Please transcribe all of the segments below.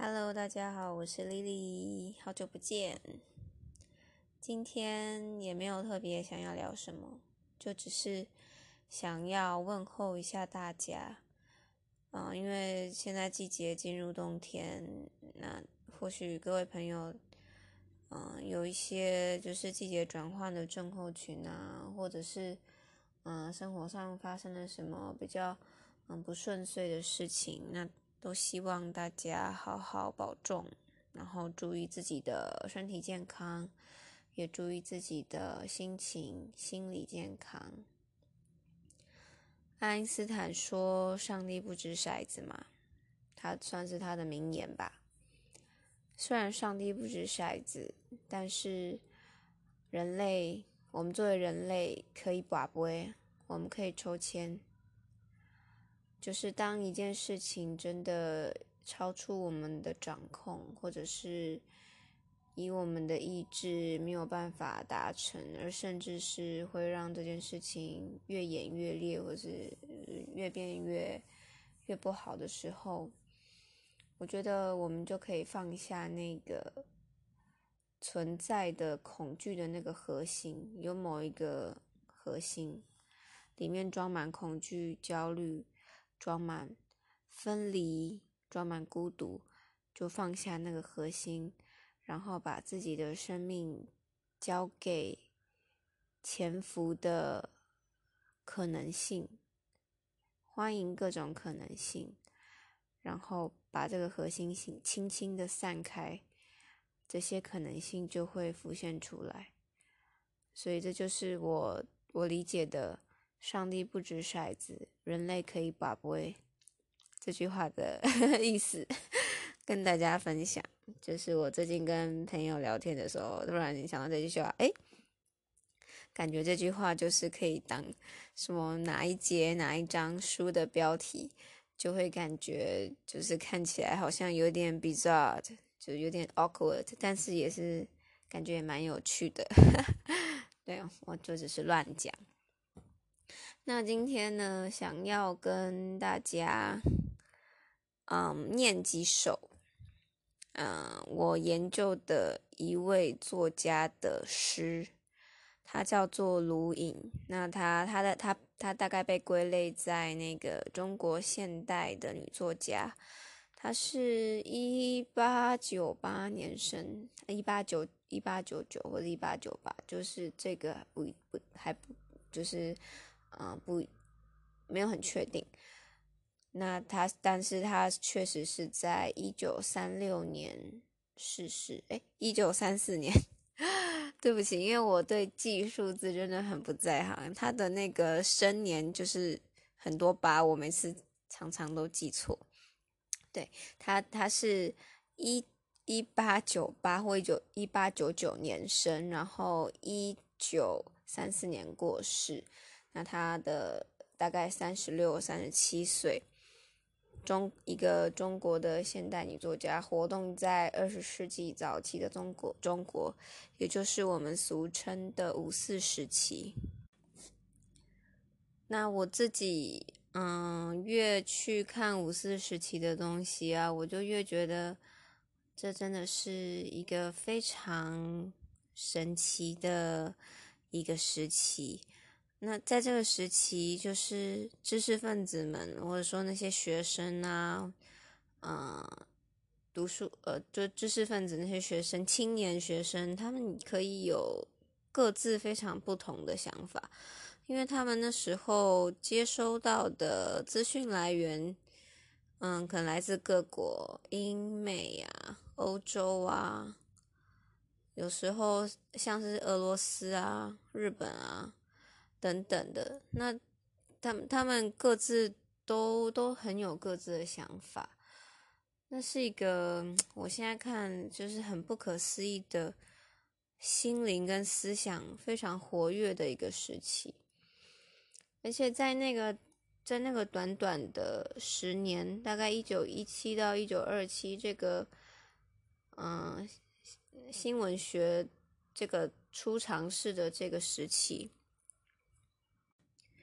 Hello，大家好，我是 Lily，好久不见。今天也没有特别想要聊什么，就只是想要问候一下大家。因为现在季节进入冬天，那或许各位朋友，有一些就是季节转换的症候群啊，或者是生活上发生了什么比较不顺遂的事情，那都希望大家好好保重，然后注意自己的身体健康，也注意自己的心情、心理健康。爱因斯坦说：“上帝不掷骰子嘛。”他算是他的名言吧。虽然上帝不掷骰子，但是我们作为人类可以拔杯，我们可以抽签。就是当一件事情真的超出我们的掌控，或者是以我们的意志没有办法达成，而甚至是会让这件事情越演越烈，或是越变越不好的时候，我觉得我们就可以放下那个存在的恐惧的那个核心，有某一个核心里面装满恐惧、焦虑，装满分离，装满孤独，就放下那个核心，然后把自己的生命交给潜伏的可能性，欢迎各种可能性，然后把这个核心轻轻的散开，这些可能性就会浮现出来。所以这就是我理解的上帝不掷骰子，人类可以把杯这句话的意思跟大家分享。就是我最近跟朋友聊天的时候，突然想到这句话，感觉这句话就是可以当什么哪一节哪一章书的标题，就会感觉就是看起来好像有点 bizarre， 就有点 awkward， 但是也是感觉也蛮有趣的。对，我就只是乱讲。那今天呢，想要跟大家念几首我研究的一位作家的诗，他叫做卢隐。那他大概被归类在那个中国现代的女作家。她是1898年生，1899或者1898，就是这个没有很确定。但是他确实是在1936年逝世，1934年。对不起，因为我对记数字真的很不在行，他的那个生年就是很多8，我每次常常都记错。对，他是1898或1899年生，然后1934年过世。那他的大概36、37岁。一个中国的现代女作家，活动在20世纪早期的中国，也就是我们俗称的5·4时期。那我自己越去看5·4时期的东西啊，我就越觉得这真的是一个非常神奇的一个时期。那在这个时期，就是知识分子们，或者说那些学生啊，就知识分子那些学生、青年学生，他们可以有各自非常不同的想法，因为他们那时候接收到的资讯来源，可能来自各国，英美啊、欧洲啊，有时候像是俄罗斯啊、日本啊等等的，那他们各自都很有各自的想法。那是一个我现在看就是很不可思议的心灵跟思想非常活跃的一个时期，而且在那个短短的10年，大概1917到1927这个新闻学这个初尝试的这个时期，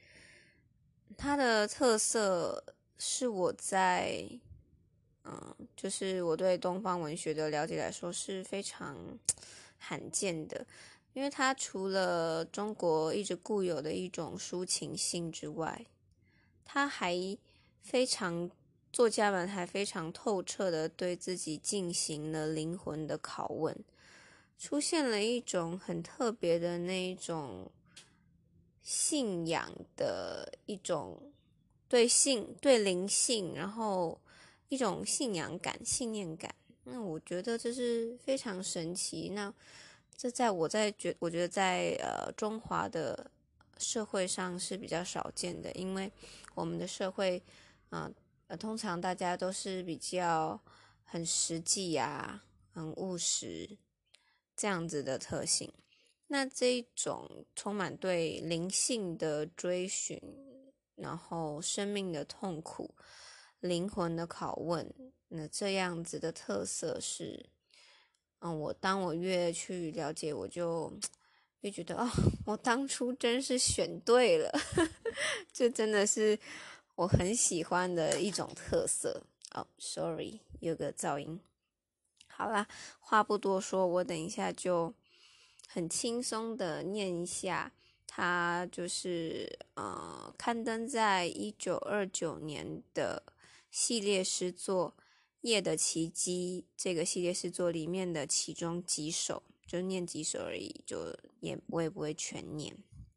它的特色是我在就是我对东方文学的了解来说是非常罕见的，因为它除了中国一直固有的一种抒情性之外，它还作家们还非常透彻的对自己进行了灵魂的拷问，出现了一种很特别的那一种信仰的一种对灵性，然后一种信仰感、信念感。那我觉得这是非常神奇。那这我觉得在中华的社会上是比较少见的，因为我们的社会，通常大家都是比较很实际呀、很务实这样子的特性。那这一种充满对灵性的追寻，然后生命的痛苦、灵魂的拷问，那这样子的特色是，当我越去了解，我就越觉得我当初真是选对了，这真的是我很喜欢的一种特色。sorry，有个噪音。好啦，话不多说，我等一下就很轻松的念一下，它就是刊登在1929年的系列诗作《夜的奇迹》这个系列诗作里面的其中几首，就念几首而已，我也不会全念。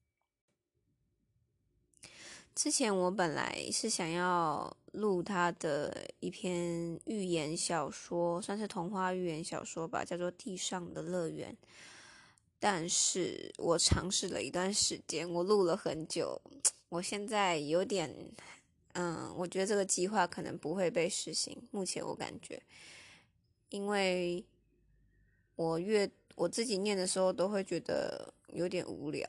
之前我本来是想要录他的一篇寓言小说，算是童话寓言小说吧，叫做《地上的乐园》。但是我尝试了一段时间，我录了很久，我现在有点，我觉得这个计划可能不会被实行。目前我感觉，因为我自己念的时候都会觉得有点无聊。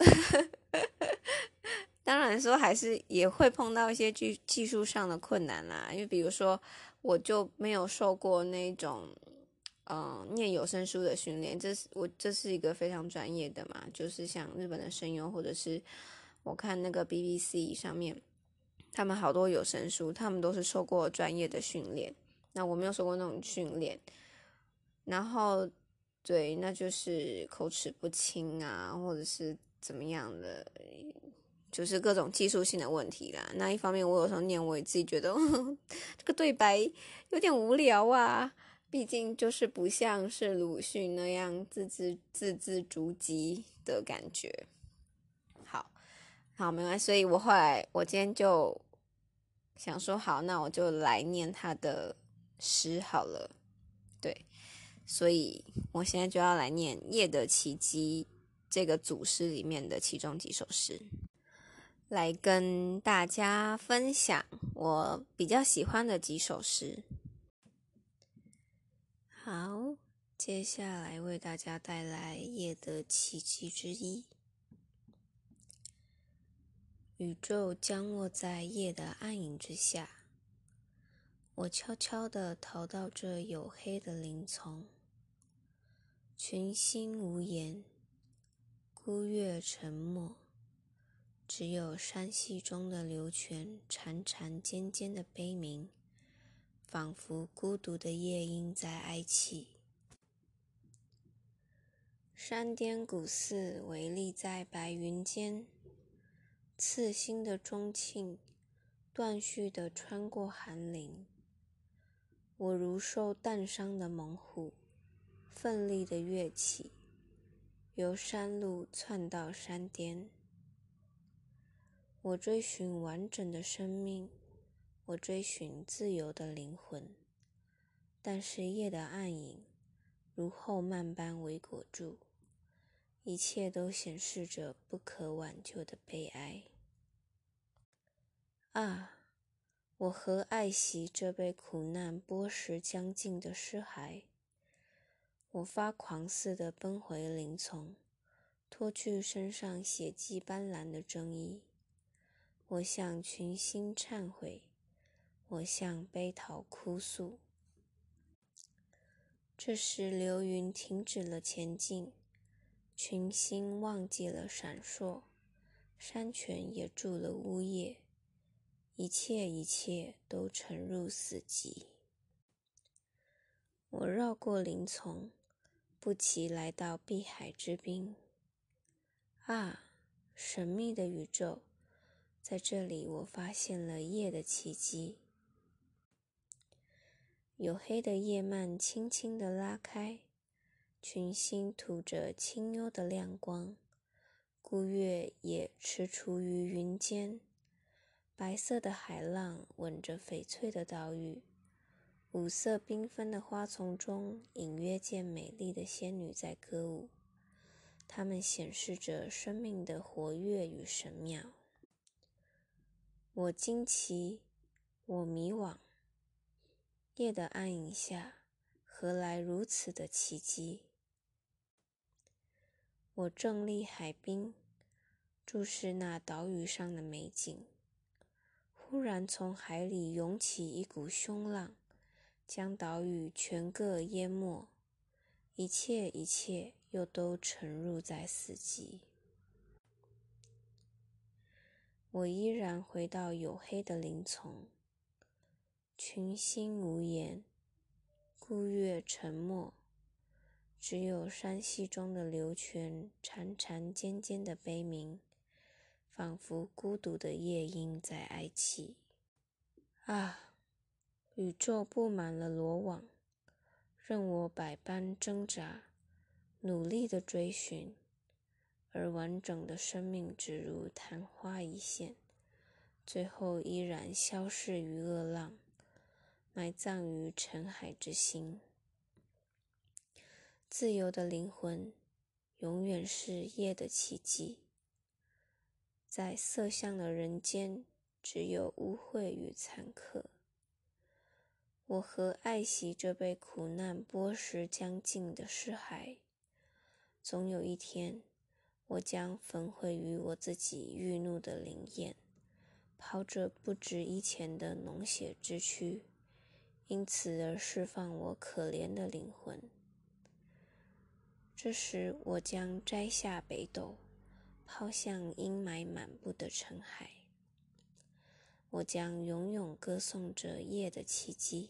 当然说还是也会碰到一些技术上的困难啦，因为比如说我就没有受过那种念有声书的训练，这是一个非常专业的嘛，就是像日本的声优或者是我看那个 BBC 上面，他们好多有声书，他们都是受过专业的训练，那我没有受过那种训练，然后对，那就是口齿不清啊，或者是怎么样的，就是各种技术性的问题啦。那一方面，我有时候念，我也自己觉得这个对白有点无聊啊。毕竟就是不像是鲁迅那样字字珠玑的感觉。好，没关系。所以我今天就想说，好，那我就来念他的诗好了。对，所以我现在就要来念《夜的奇迹》这个组诗里面的其中几首诗。来跟大家分享我比较喜欢的几首诗。好，接下来为大家带来夜的奇迹之一。宇宙将卧在夜的暗影之下，我悄悄地逃到这黝黑的林丛，群星无言，孤月沉默，只有山隙中的流泉潺潺尖尖的悲鸣，仿佛孤独的夜莺在哀泣。山巅古寺围立在白云间，刺心的钟磬断续地穿过寒林。我如受弹伤的猛虎，奋力地跃起，由山路窜到山巅。我追寻完整的生命，我追寻自由的灵魂，但是夜的暗影如厚幔般围裹住，一切都显示着不可挽救的悲哀。啊，我何爱惜这被苦难剥蚀将尽的尸骸？我发狂似的奔回林丛，脱去身上血迹斑斓的征衣。我向群星忏悔，我向悲桃哭诉。这时流云停止了前进，群星忘记了闪烁，山泉也住了呜咽，一切都沉入死寂。 我绕过林丛，不期来到碧海之滨。啊，神秘的宇宙，在这里我发现了夜的奇迹。黝黑的叶幔轻轻地拉开，群星吐着清幽的亮光，孤月也踟蹰于云间。白色的海浪吻着翡翠的岛屿，五色缤纷的花丛中隐约见美丽的仙女在歌舞，它们显示着生命的活跃与神妙。我惊奇，我迷惘，夜的暗影下，何来如此的奇迹？我正立海滨，注视那岛屿上的美景。忽然从海里涌起一股凶浪，将岛屿全个淹没，一切又都沉入在死寂。我依然回到黝黑的林丛，群星无言，孤月沉默，只有山溪中的流泉潺潺尖尖的悲鸣，仿佛孤独的夜莺在哀泣。啊，宇宙布满了罗网，任我百般挣扎，努力的追寻，而完整的生命只如昙花一现，最后依然消逝于恶浪，埋葬于沉海之心。自由的灵魂永远是夜的奇迹，在色相的人间，只有污秽与残刻。我和爱惜这被苦难剥蚀将尽的尸骸，总有一天，我将焚毁于我自己欲怒的灵焰，抛着不值一钱的脓血之躯，因此而释放我可怜的灵魂。这时，我将摘下北斗，抛向阴霾满布的尘海。我将永永歌颂着夜的奇迹。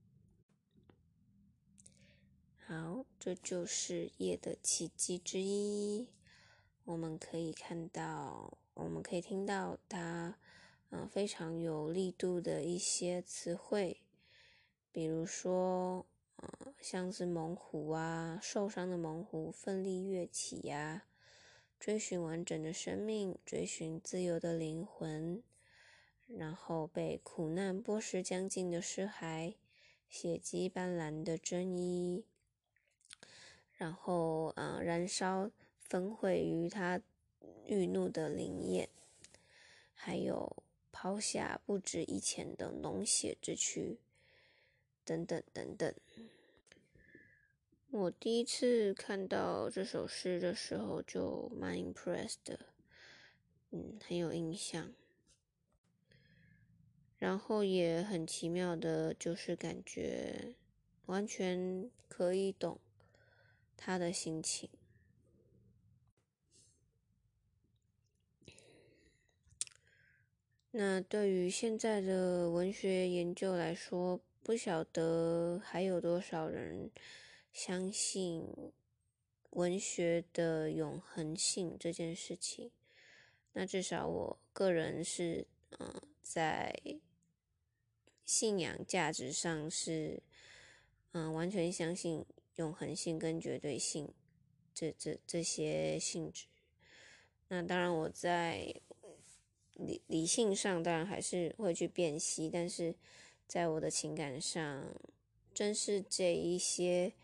好，这就是夜的奇迹之一。我们可以听到它非常有力度的一些词汇，比如说像是猛虎啊，受伤的猛虎奋力跃起呀，追寻完整的生命，追寻自由的灵魂，然后被苦难剥蚀将尽的尸骸，血迹斑斓的真衣，然后燃烧焚毁于他欲怒的灵焰，还有抛下不值一钱的脓血之躯，等等等等。我第一次看到这首诗的时候就蛮 impressed 的，很有印象。然后也很奇妙的，就是感觉完全可以懂他的心情。那对于现在的文学研究来说，不晓得还有多少人相信文学的永恒性这件事情。那至少我个人是在信仰价值上是完全相信永恒性跟绝对性这些性质。那当然我在理性上当然还是会去辨析，但是在我的情感上，正是这一些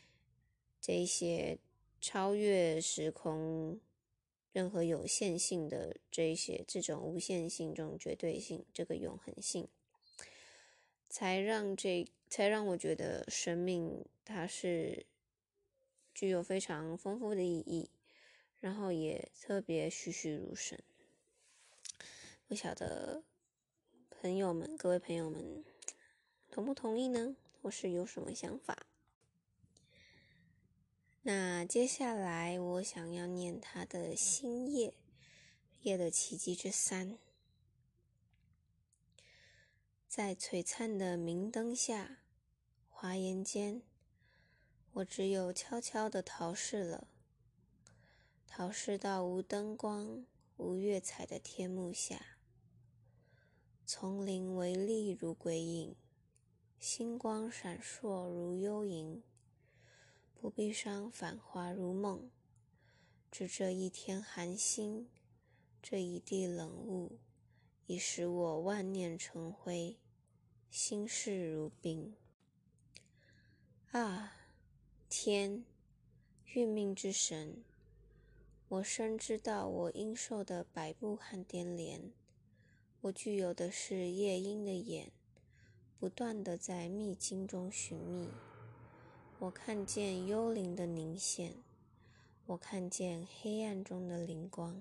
超越时空任何有限性的这种无限性、这种绝对性、这个永恒性，才让我觉得生命它是具有非常丰富的意义，然后也特别栩栩如生。不晓得各位朋友们同不同意呢？或是有什么想法？那接下来我想要念他的新夜的奇迹之3。在璀璨的明灯下，华严间， 我只有悄悄地逃逝了，逃逝到无灯光、无月彩的天幕下。丛林微丽如鬼影，星光闪烁如幽影。不闭上繁华如梦，只这一天寒星，这一地冷雾，已使我万念成灰，心事如冰。啊，天，运命之神，我深知道我应受的摆布和颠连。我具有的是夜莺的眼，不断地在秘境中寻觅。我看见幽灵的凝现，我看见黑暗中的灵光。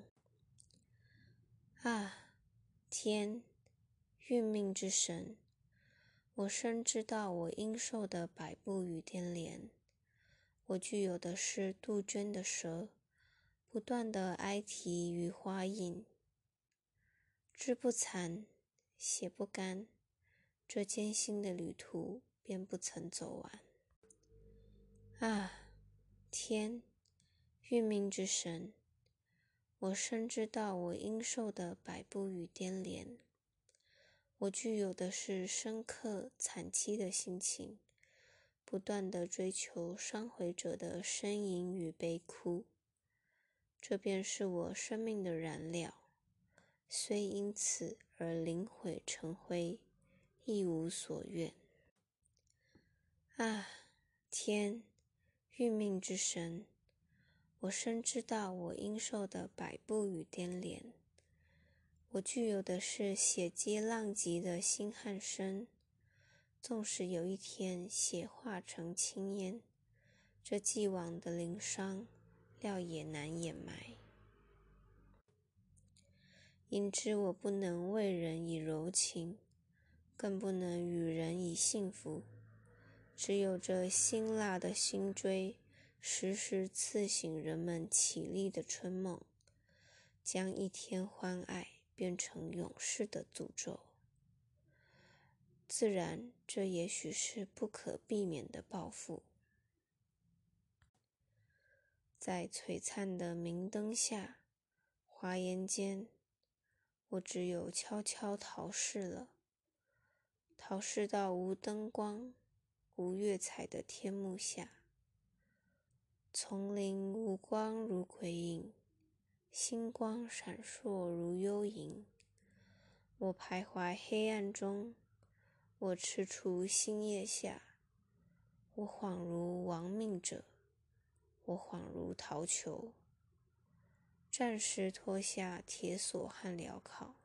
啊，天，运命之神，我深知道我应受的摆布与颠连。我具有的是杜鹃的舌，不断的哀啼与花印。枝不残，血不干，这艰辛的旅途便不曾走完。啊，天，运命之神，我深知道我应受的摆布与颠连。我具有的是深刻惨凄的心情，不断地追求伤悔者的呻吟与悲哭。这便是我生命的燃料，虽因此而灵毁成灰，亦无所愿。啊，天，运命之神，我深知道我应受的摆布与颠连。我具有的是血激浪急的心和声，纵使有一天血化成青烟，这既往的灵伤，料也难掩埋。因知我不能为人以柔情，更不能与人以幸福，只有这辛辣的心锥，时时刺醒人们绮丽的春梦，将一天欢爱变成永世的诅咒。自然，这也许是不可避免的报复。在璀璨的明灯下，华严间，我只有悄悄逃逝了，逃逝到无灯光、无月彩的天幕下。丛林无光如鬼影，星光闪烁如幽影。我徘徊黑暗中，我踟蹰星夜下，我恍如亡命者，我恍如逃囚，暂时脱下铁锁和镣铐。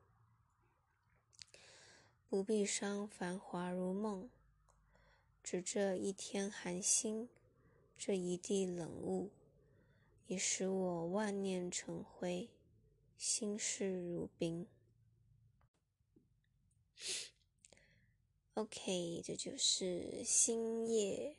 不必伤繁华如梦，只这一天寒星，这一地冷雾，已使我万念成灰，心事如冰。OK， 这就是星夜。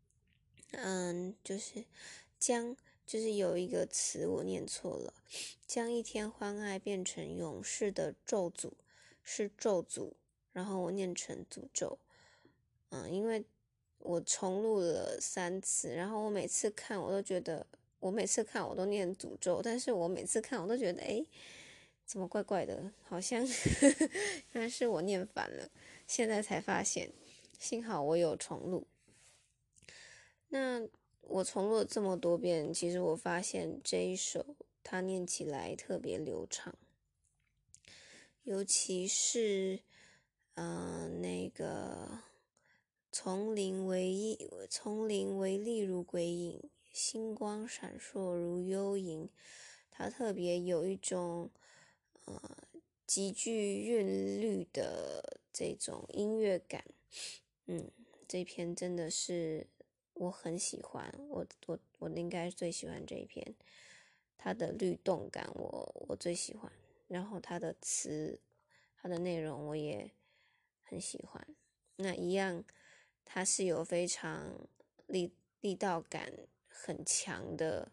就是有一个词我念错了，将一天欢爱变成永世的咒诅，是咒诅，然后我念成诅咒。因为我重录了3次，然后我每次看我都念诅咒，但是我每次看我都觉得怎么怪怪的，好像原来是我念反了，现在才发现，幸好我有重录。那我重录了这么多遍，其实我发现这一首它念起来特别流畅，尤其是那个丛林微丽如鬼影，星光闪烁如幽影，它特别有一种极具韵律的这种音乐感。这篇真的是我很喜欢，我应该最喜欢这一篇，它的律动感我最喜欢，然后它的词，它的内容我也很喜欢。那一样，它是有非常力道感很强的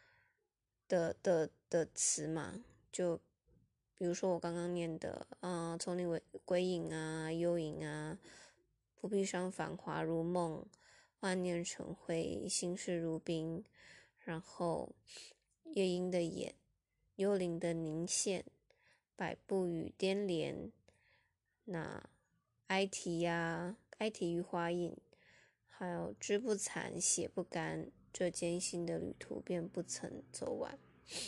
词嘛，就比如说我刚刚念的丛林鬼影啊、幽影啊，不必伤繁华如梦， 万念成灰，心事如冰，然后夜莺的眼，幽灵的凝现，百步与颠连，那哀啼于花影，还有枝不残，血不干，这艰辛的旅途便不曾走完。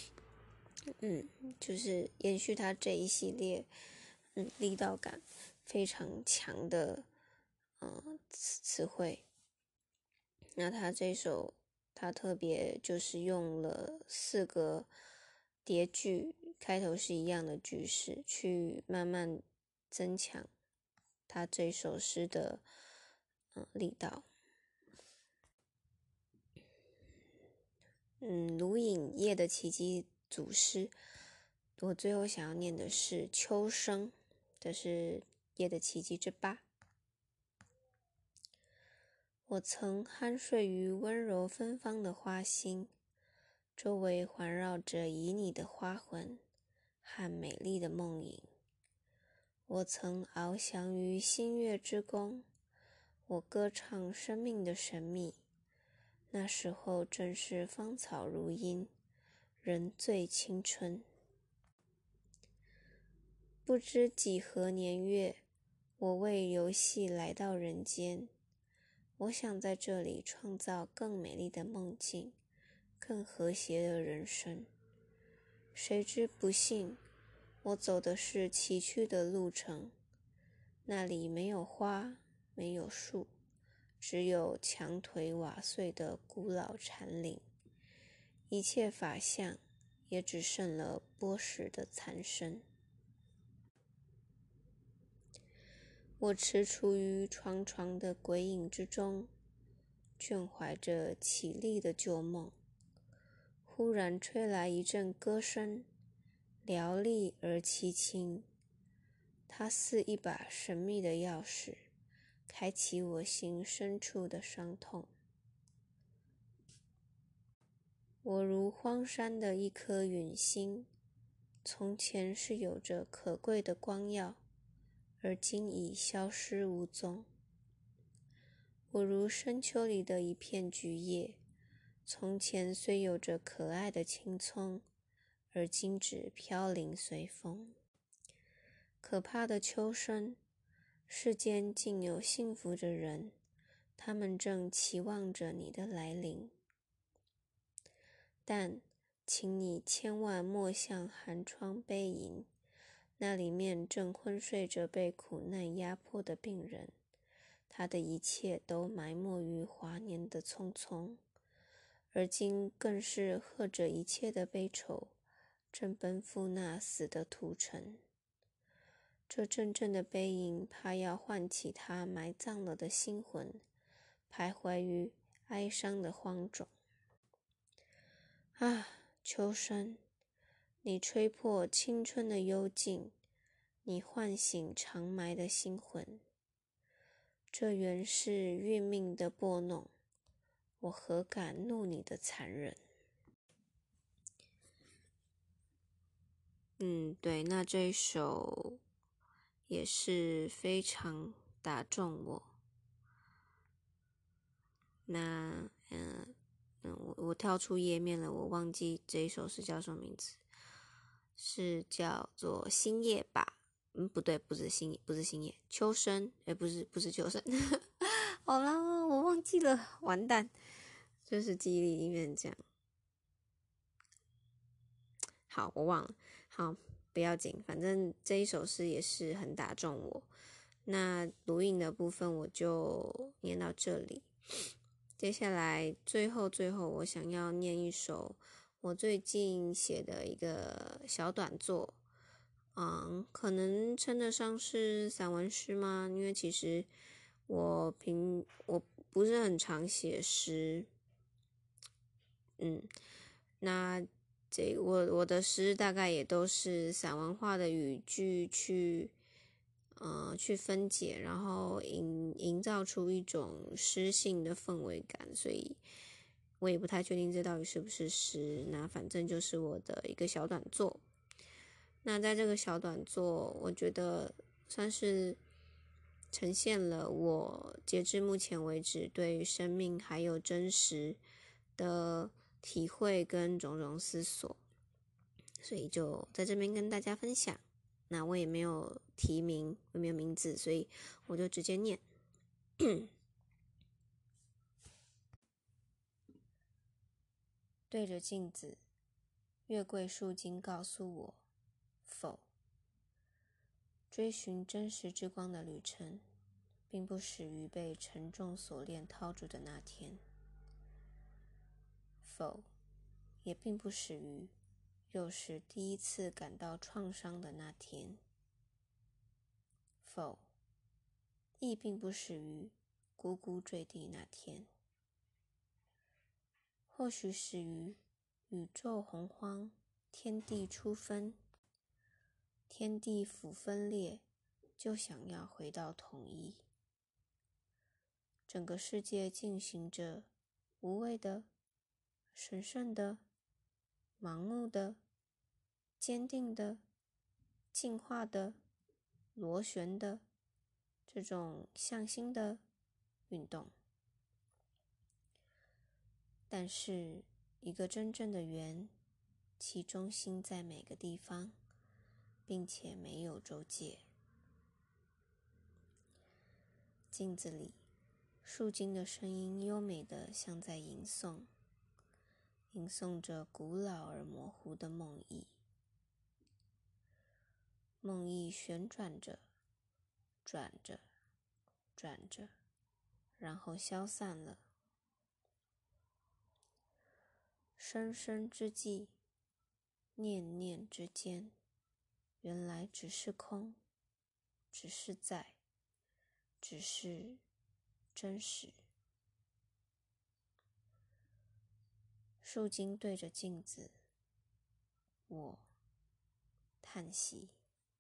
就是延续他这一系列，力道感非常强的，词汇。那他这首，他特别就是用了4个叠句，开头是一样的句式，去慢慢增强他这首诗的，力道。卢隐《夜的奇迹》组诗，我最后想要念的是秋声，这是《夜的奇迹》之8。我曾酣睡于温柔芬芳的花心，周围环绕着旖旎的花魂和美丽的梦影。我曾翱翔于星月之宫，我歌唱生命的神秘。那时候正是芳草如茵，人最青春。不知几何年月，我为游戏来到人间。我想在这里创造更美丽的梦境，更和谐的人生。谁知不幸，我走的是崎岖的路程，那里没有花，没有树，只有墙颓瓦碎的古老禅林，一切法相也只剩了剥蚀的残身。我踟蹰于幢幢的鬼影之中，眷怀着绮丽的旧梦。忽然吹来一阵歌声，嘹丽而凄清，它似一把神秘的钥匙，开启我心深处的伤痛。我如荒山的一颗陨星，从前是有着可贵的光耀，而今已消失无踪。我如深秋里的一片菊叶，从前虽有着可爱的青葱，而今只飘零随风。可怕的秋声，世间竟有幸福的人，他们正期望着你的来临。但请你千万莫向寒窗悲吟，那里面正昏睡着被苦难压迫的病人，他的一切都埋没于华年的匆匆，而今更是喝着一切的悲愁，正奔赴那死的屠城。这阵阵的悲吟，怕要唤起他埋葬了的心魂，徘徊于哀伤的荒冢。啊，秋声，你吹破青春的幽静，你唤醒长埋的心魂。这原是运命的拨弄，我何敢怒你的残忍。对，那这一首也是非常打中我。那我跳出页面了，我忘记这一首是叫什么名字，是叫做《星夜》吧？不对，不是星夜，秋声，不是秋声。好啦，我忘记了，完蛋，就是记忆力里面这样。好，我忘了，好，不要紧，反正这一首诗也是很打中我。那录音的部分我就念到这里。接下来最后我想要念一首我最近写的一个小短作，可能称得上是散文诗吗？因为其实我不是很常写诗，那我的诗大概也都是散文化的语句去分解，然后营造出一种诗性的氛围感，所以我也不太确定这到底是不是诗。那反正就是我的一个小短作。那在这个小短作，我觉得算是呈现了我截至目前为止对生命还有真实的体会跟种种思索，所以就在这边跟大家分享。那我也没有提名，我没有名字，所以我就直接念。对着镜子，月桂树精告诉我：否，追寻真实之光的旅程，并不始于被沉重锁链套住的那天。否，也并不始于幼时第一次感到创伤的那天。否，亦并不始于呱呱坠地那天。或许始于宇宙洪荒，天地初分，天地甫分裂，就想要回到统一。整个世界进行着无谓的、神圣的、盲目的、坚定的、进化的、螺旋的这种向心的运动。但是一个真正的圆，其中心在每个地方，并且没有周界。镜子里，树精的声音优美的像在吟诵，吟诵着古老而模糊的梦呓。梦呓旋转着，转着，转着，然后消散了。生生之际，念念之间，原来只是空，只是在，只是真实。树精对着镜子，我叹息。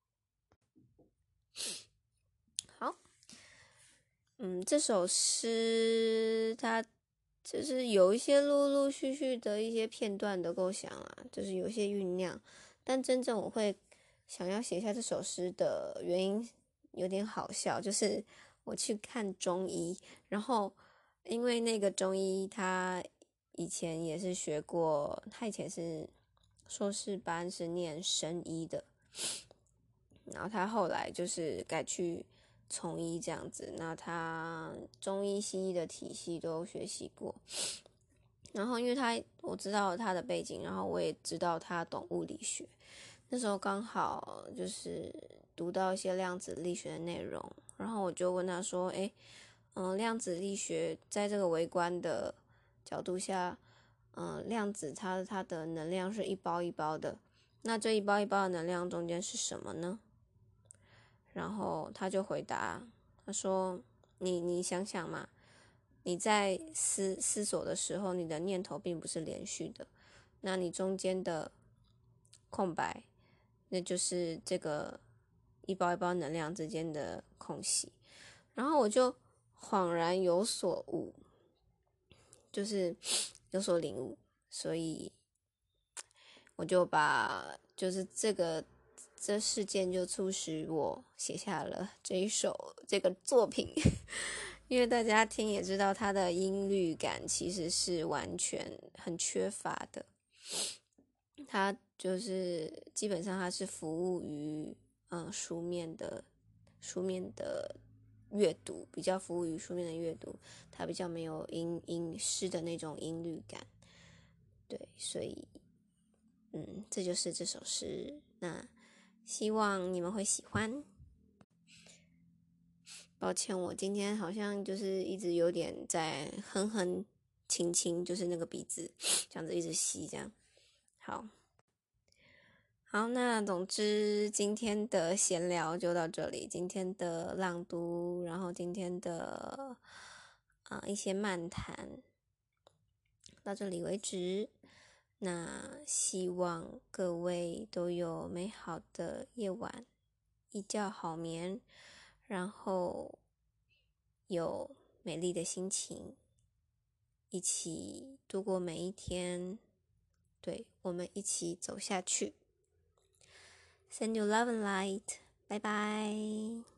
好，这首诗它就是有一些陆陆续续的一些片段的构想啊，就是有一些酝酿，但真正我会想要写下这首诗的原因有点好笑，就是我去看中医，然后因为那个中医他以前也是学过，他以前是硕士班是念生医的，然后他后来就是改去从医这样子，那他中医西医的体系都学习过，然后因为我知道他的背景，然后我也知道他懂物理学，那时候刚好就是读到一些量子力学的内容，然后我就问他说量子力学在这个微观的角度下，量子它的能量是一包一包的，那这一包一包的能量中间是什么呢？然后他就回答，他说你想想嘛，你在思索的时候，你的念头并不是连续的，那你中间的空白，那就是这个一包一包能量之间的空隙。然后我就恍然有所悟，就是有所领悟，所以我就把就是这事件就促使我写下了这个作品，因为大家听也知道它的音律感其实是完全很缺乏的，它就是基本上它是服务于书面的阅读，比较服务于书面的阅读，它比较没有诗的那种音律感，对，所以这就是这首诗，那希望你们会喜欢。抱歉，我今天好像就是一直有点在哼哼轻轻，就是那个鼻子这样子一直吸这样。好，那总之今天的闲聊就到这里，今天的朗读，然后今天的一些漫谈到这里为止。那希望各位都有美好的夜晚，一觉好眠，然后有美丽的心情，一起度过每一天，对，我们一起走下去。Send you love and light，拜拜。